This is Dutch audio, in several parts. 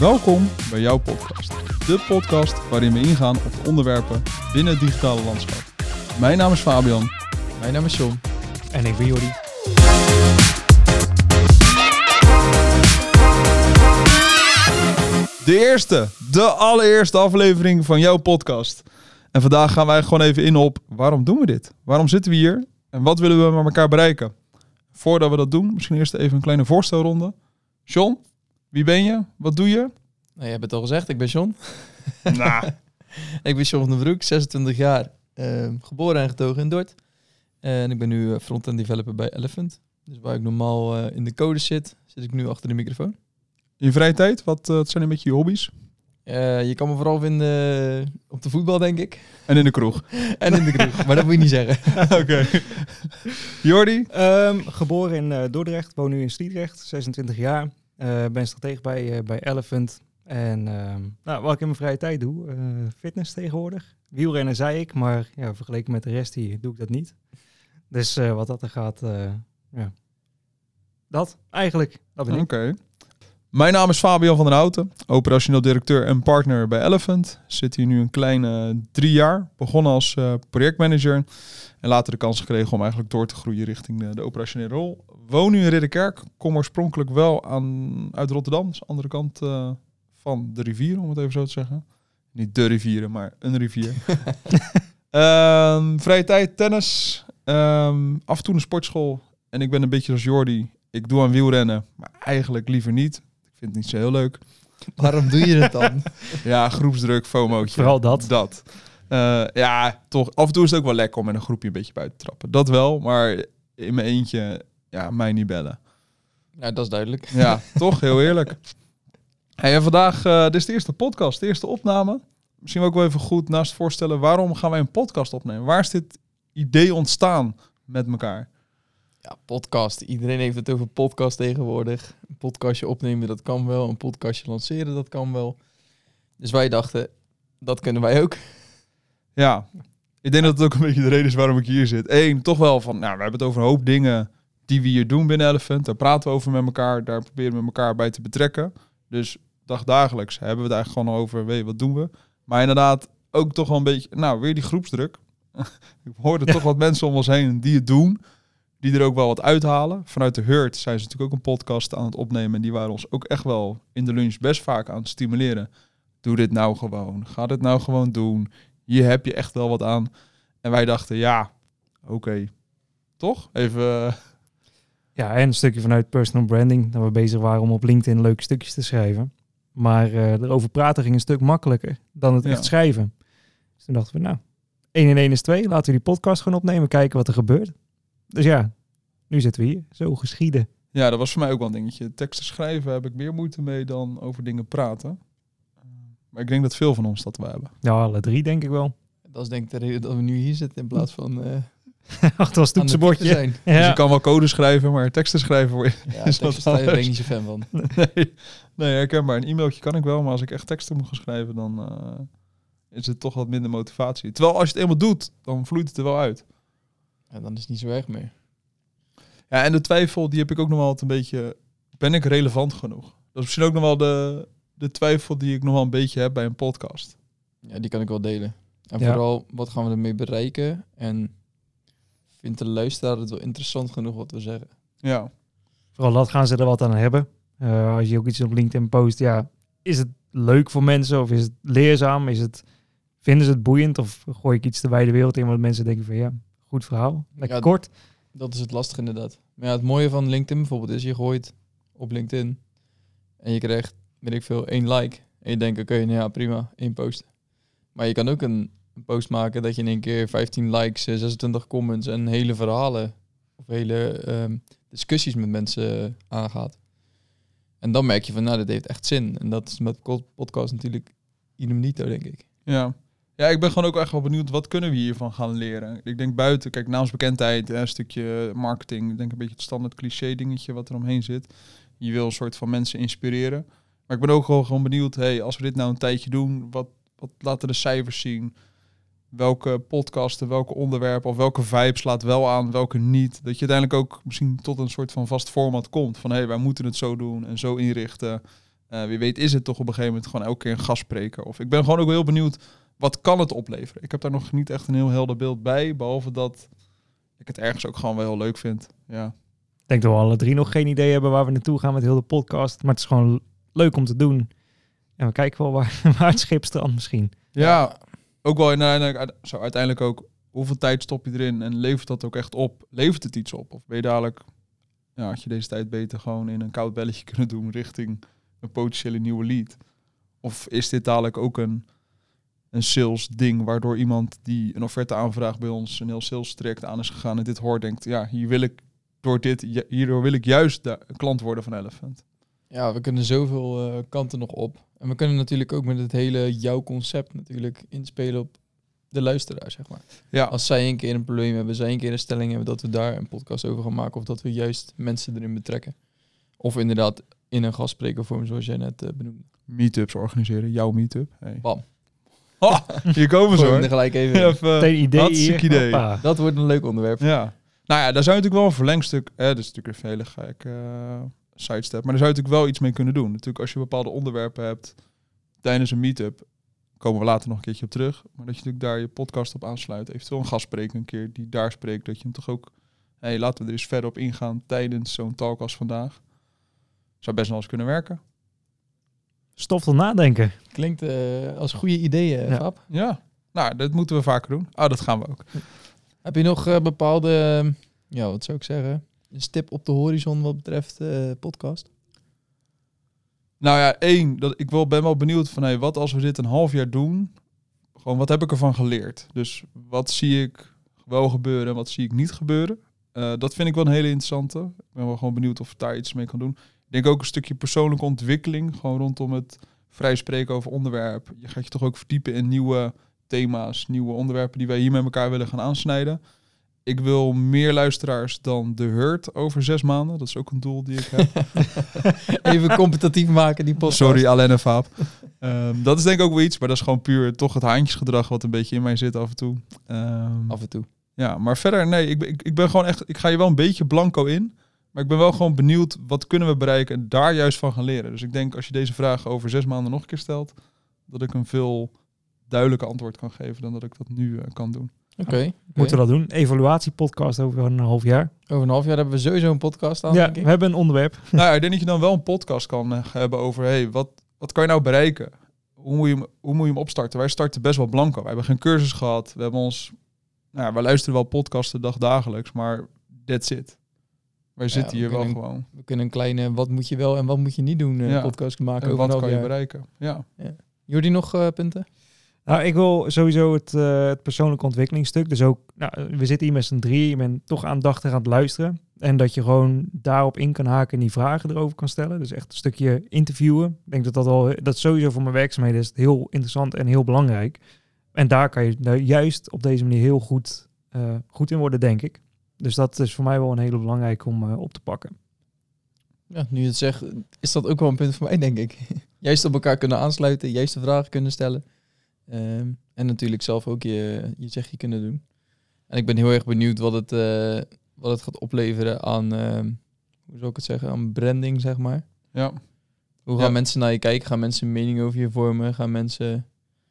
Welkom bij jouw podcast. De podcast waarin we ingaan op de onderwerpen binnen het digitale landschap. Mijn naam is Fabian. Mijn naam is John. En ik ben Jordi. De allereerste aflevering van jouw podcast. En vandaag gaan wij gewoon even in op waarom doen we dit? Waarom zitten we hier? En wat willen we met elkaar bereiken? Voordat we dat doen, misschien eerst even een kleine voorstelronde. John, wie ben je? Wat doe je? Nou, je hebt het al gezegd, ik ben John. Nou, Ik ben John van den Broek, 26 jaar. Geboren en getogen in Dort. En ik ben nu front-end developer bij Elephant. Dus waar ik normaal in de code zit ik nu achter de microfoon. in je vrije tijd, wat zijn een beetje je hobby's? Je kan me vooral vinden op de voetbal, denk ik. En in de kroeg. En in de kroeg, maar dat moet je niet zeggen. Oké. Jordi? Geboren in Dordrecht, woon nu in Sliedrecht, 26 jaar. Ben stratege bij Elephant. En wat ik in mijn vrije tijd doe, fitness tegenwoordig. Wielrennen zei ik, maar vergeleken met de rest hier doe ik dat niet. Dus wat dat er gaat, dat eigenlijk, dat ben ik. Oké. Mijn naam is Fabian van den Houten, operationeel directeur en partner bij Elephant. Zit hier nu een kleine 3 jaar. Begonnen als projectmanager en later de kans gekregen om eigenlijk door te groeien richting de operationele rol. Woon nu in Ridderkerk, kom oorspronkelijk wel uit Rotterdam, dus andere kant van de rivier, om het even zo te zeggen. Niet de rivieren, maar een rivier. Vrije tijd, tennis, af en toe een sportschool. En ik ben een beetje als Jordi. Ik doe aan wielrennen, maar eigenlijk liever niet. Ik vind het niet zo heel leuk. Waarom doe je het dan? Ja, groepsdruk, FOMO'tje. Vooral dat. Toch. Af en toe is het ook wel lekker om met een groepje een beetje buiten te trappen. Dat wel, maar in mijn eentje, mij niet bellen. Ja, dat is duidelijk. Ja, toch? Heel eerlijk. Hey, en vandaag, dit is de eerste podcast, de eerste opname. Misschien ook wel even goed naast voorstellen, waarom gaan wij een podcast opnemen? Waar is dit idee ontstaan met elkaar? Ja, podcast. Iedereen heeft het over podcast tegenwoordig. Een podcastje opnemen, dat kan wel. Een podcastje lanceren, dat kan wel. Dus wij dachten, dat kunnen wij ook. Ja, ik denk dat het ook een beetje de reden is waarom ik hier zit. Eén, toch wel van, we hebben het over een hoop dingen die we hier doen binnen Elephant. Daar praten we over met elkaar, daar proberen we elkaar bij te betrekken. Dus dagdagelijks hebben we het eigenlijk gewoon over, wat doen we? Maar inderdaad, ook toch wel een beetje, weer die groepsdruk. Ik hoorde toch wat mensen om ons heen die het doen. Die er ook wel wat uithalen. Vanuit de Hurt zijn ze natuurlijk ook een podcast aan het opnemen. En die waren ons ook echt wel in de lunch best vaak aan het stimuleren. Doe dit nou gewoon. Ga dit nou gewoon doen. Hier heb je echt wel wat aan. En wij dachten, oké. Toch? Even... Ja, en een stukje vanuit personal branding. Dat we bezig waren om op LinkedIn leuke stukjes te schrijven. Maar erover praten ging een stuk makkelijker dan het echt schrijven. Dus toen dachten we, 1 en 1 is 2. Laten we die podcast gewoon opnemen. Kijken wat er gebeurt. Dus nu zitten we hier. Zo geschieden. Ja, dat was voor mij ook wel een dingetje. Teksten schrijven heb ik meer moeite mee dan over dingen praten. Maar ik denk dat veel van ons dat we hebben. Ja, alle 3 denk ik wel. Dat is denk ik de reden dat we nu hier zitten in plaats van... Achter als toetsenbordje. zijn. Ja. Dus je kan wel code schrijven, maar teksten schrijven Ja, teksten schrijven ben ik niet zo fan van. Nee, herkenbaar. Een e-mailtje kan ik wel, maar als ik echt teksten moet gaan schrijven, dan is het toch wat minder motivatie. Terwijl als je het eenmaal doet, dan vloeit het er wel uit. En dan is het niet zo erg meer. Ja, en de twijfel, die heb ik ook nog wel een beetje... Ben ik relevant genoeg? Dat is misschien ook nog wel de twijfel die ik nog wel een beetje heb bij een podcast. Ja, die kan ik wel delen. En Ja. vooral, wat gaan we ermee bereiken? En vindt de luisteraar het wel interessant genoeg wat we zeggen? Ja. Vooral dat gaan ze er wat aan hebben. Als je ook iets op LinkedIn post, is het leuk voor mensen of is het leerzaam? Vinden ze het boeiend of gooi ik iets de wijde wereld in wat mensen denken van goed verhaal, lekker kort. Dat is het lastige inderdaad. Maar het mooie van LinkedIn bijvoorbeeld is, je gooit op LinkedIn en je krijgt, 1 like. En je denkt, oké, prima, 1 post. Maar je kan ook een post maken dat je in één keer 15 likes, 26 comments en hele verhalen of hele discussies met mensen aangaat. En dan merk je van, dit heeft echt zin. En dat is met podcast natuurlijk idem dito, denk ik. Ja. Ja, ik ben gewoon ook echt wel benieuwd, wat kunnen we hiervan gaan leren? Ik denk buiten, kijk, naamsbekendheid, een stukje marketing, ik denk een beetje het standaard cliché dingetje wat er omheen zit. Je wil een soort van mensen inspireren. Maar ik ben ook gewoon benieuwd, als we dit nou een tijdje doen, wat laten de cijfers zien? Welke podcasten, welke onderwerpen of welke vibes laat wel aan, welke niet? Dat je uiteindelijk ook misschien tot een soort van vast format komt. Van wij moeten het zo doen en zo inrichten. Wie weet is het toch op een gegeven moment gewoon elke keer een gastspreker. Of ik ben gewoon ook heel benieuwd, wat kan het opleveren? Ik heb daar nog niet echt een heel helder beeld bij. Behalve dat ik het ergens ook gewoon wel heel leuk vind. Ja. Ik denk dat we alle 3 nog geen idee hebben waar we naartoe gaan met heel de podcast. Maar het is gewoon leuk om te doen. En we kijken wel waar het schip strandt misschien. Ja, ook wel zo uiteindelijk ook, hoeveel tijd stop je erin en levert dat ook echt op? Levert het iets op? Of ben je dadelijk, had je deze tijd beter gewoon in een koud belletje kunnen doen richting een potentiële nieuwe lead? Of is dit dadelijk ook een sales ding waardoor iemand die een offerte aanvraagt bij ons een heel sales traject aan is gegaan en dit hoort, denkt, hierdoor wil ik juist de klant worden van Elephant. Ja, we kunnen zoveel kanten nog op. En we kunnen natuurlijk ook met het hele jouw concept natuurlijk inspelen op de luisteraar, zeg maar. Ja. Als zij een keer een probleem hebben, zij een keer een stelling hebben, dat we daar een podcast over gaan maken of dat we juist mensen erin betrekken. Of inderdaad in een gastsprekervorm, zoals jij net benoemde. Meetups organiseren, jouw meetup. Hey. Bam. Oh, hier komen ze Gooi hem hoor. er gelijk even in. Meteen idee hartstikke hier. idee. Hoppa. Dat wordt een leuk onderwerp. Ja. Nou ja, daar zou je natuurlijk wel een verlengstuk... dat is natuurlijk een hele gek sidestep. Maar daar zou je natuurlijk wel iets mee kunnen doen. Natuurlijk als je bepaalde onderwerpen hebt tijdens een meetup, komen we later nog een keertje op terug. Maar dat je natuurlijk daar je podcast op aansluit. Eventueel een gastspreker een keer die daar spreekt. Dat je hem toch ook... laten we er eens verder op ingaan tijdens zo'n talk als vandaag. Zou best wel eens kunnen werken. Stof tot nadenken. Klinkt als goede ideeën, Ja. Fab. Ja. Nou, dat moeten we vaker doen. Dat gaan we ook. Heb je nog bepaalde, wat zou ik zeggen, een stip op de horizon wat betreft podcast? Nou ja, ben wel benieuwd van, wat als we dit een half jaar doen? Gewoon, wat heb ik ervan geleerd? Dus wat zie ik wel gebeuren en wat zie ik niet gebeuren? Dat vind ik wel een hele interessante. Ik ben wel gewoon benieuwd of ik daar iets mee kan doen. Ik denk ook een stukje persoonlijke ontwikkeling, gewoon rondom het vrij spreken over onderwerp. Je gaat je toch ook verdiepen in nieuwe thema's, nieuwe onderwerpen die wij hier met elkaar willen gaan aansnijden. Ik wil meer luisteraars dan de Hurt over 6 maanden. Dat is ook een doel die ik heb. Even competitief maken, die podcast. Sorry, Alain en Vaap. Dat is denk ik ook wel iets, maar dat is gewoon puur toch het haantjesgedrag wat een beetje in mij zit af en toe. Af en toe. Ja, maar verder, nee, ik ben gewoon echt... Ik ga je wel een beetje blanco in, maar ik ben wel gewoon benieuwd wat kunnen we bereiken en daar juist van gaan leren. Dus ik denk als je deze vraag over 6 maanden nog een keer stelt, dat ik een veel duidelijker antwoord kan geven dan dat ik dat nu kan doen. Oké. Moeten we dat doen? Evaluatiepodcast over een half jaar. Over een half jaar hebben we sowieso een podcast aan, Ja, denk ik. we hebben een onderwerp. Nou ja, ik denk dat je dan wel een podcast kan hebben over, wat kan je nou bereiken? Hoe moet je hem opstarten? Wij starten best wel blanco. We hebben geen cursus gehad. We hebben wij luisteren wel podcasten dagelijks, maar that's it. Wij zitten hier wel gewoon. We kunnen een kleine wat moet je wel en wat moet je niet doen podcast maken En over een wat half kan je jaar. bereiken? Ja. Jordi, nog punten? Nou, ik wil sowieso het persoonlijke ontwikkelingsstuk. Dus ook, we zitten hier met z'n 3. Je bent toch aandachtig aan het luisteren. En dat je gewoon daarop in kan haken en die vragen erover kan stellen. Dus echt een stukje interviewen. Ik denk dat sowieso voor mijn werkzaamheden is het heel interessant en heel belangrijk. En daar kan je juist op deze manier heel goed in worden, denk ik. Dus dat is voor mij wel een hele belangrijke om op te pakken. Ja, nu je het zegt, is dat ook wel een punt voor mij, denk ik. Juist op elkaar kunnen aansluiten, juist de vragen kunnen stellen. En natuurlijk zelf ook je zegje kunnen doen. En ik ben heel erg benieuwd wat het gaat opleveren aan, hoe zou ik het zeggen, aan branding, zeg maar. Ja. Hoe gaan mensen naar je kijken? Gaan mensen een mening over je vormen? Gaan mensen,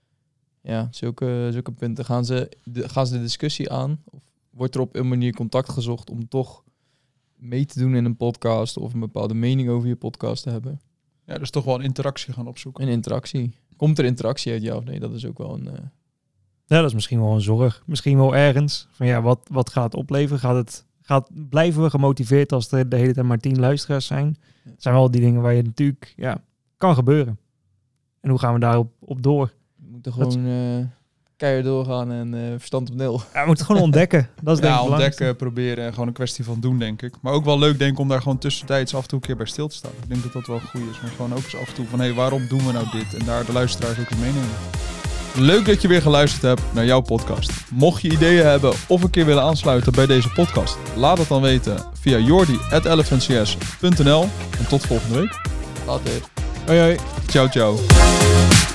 zulke punten, gaan ze de discussie aan? Of wordt er op een manier contact gezocht om toch mee te doen in een podcast of een bepaalde mening over je podcast te hebben? Ja, dus toch wel een interactie gaan opzoeken. Een interactie. Komt er interactie uit, ja of nee? Dat is ook wel een... Ja, dat is misschien wel een zorg. Misschien wel ergens. Van wat gaat het opleveren? Blijven we gemotiveerd als er de hele tijd maar 10 luisteraars zijn? Dat zijn wel die dingen waar je natuurlijk... kan gebeuren. En hoe gaan we daarop door? We moeten gewoon keihard doorgaan en verstand op nul. Ja, we moeten het gewoon ontdekken. Dat is denk ik het ontdekken, proberen en gewoon een kwestie van doen, denk ik. Maar ook wel leuk, denk ik, om daar gewoon tussentijds af en toe een keer bij stil te staan. Ik denk dat dat wel goed is. Maar gewoon ook eens af en toe van, waarom doen we nou dit? En daar de luisteraars ook in meenemen. Leuk dat je weer geluisterd hebt naar jouw podcast. Mocht je ideeën hebben of een keer willen aansluiten bij deze podcast, laat het dan weten via jordi@elephantcs.nl. En tot volgende week. Later. Hoi hoi. Ciao, ciao.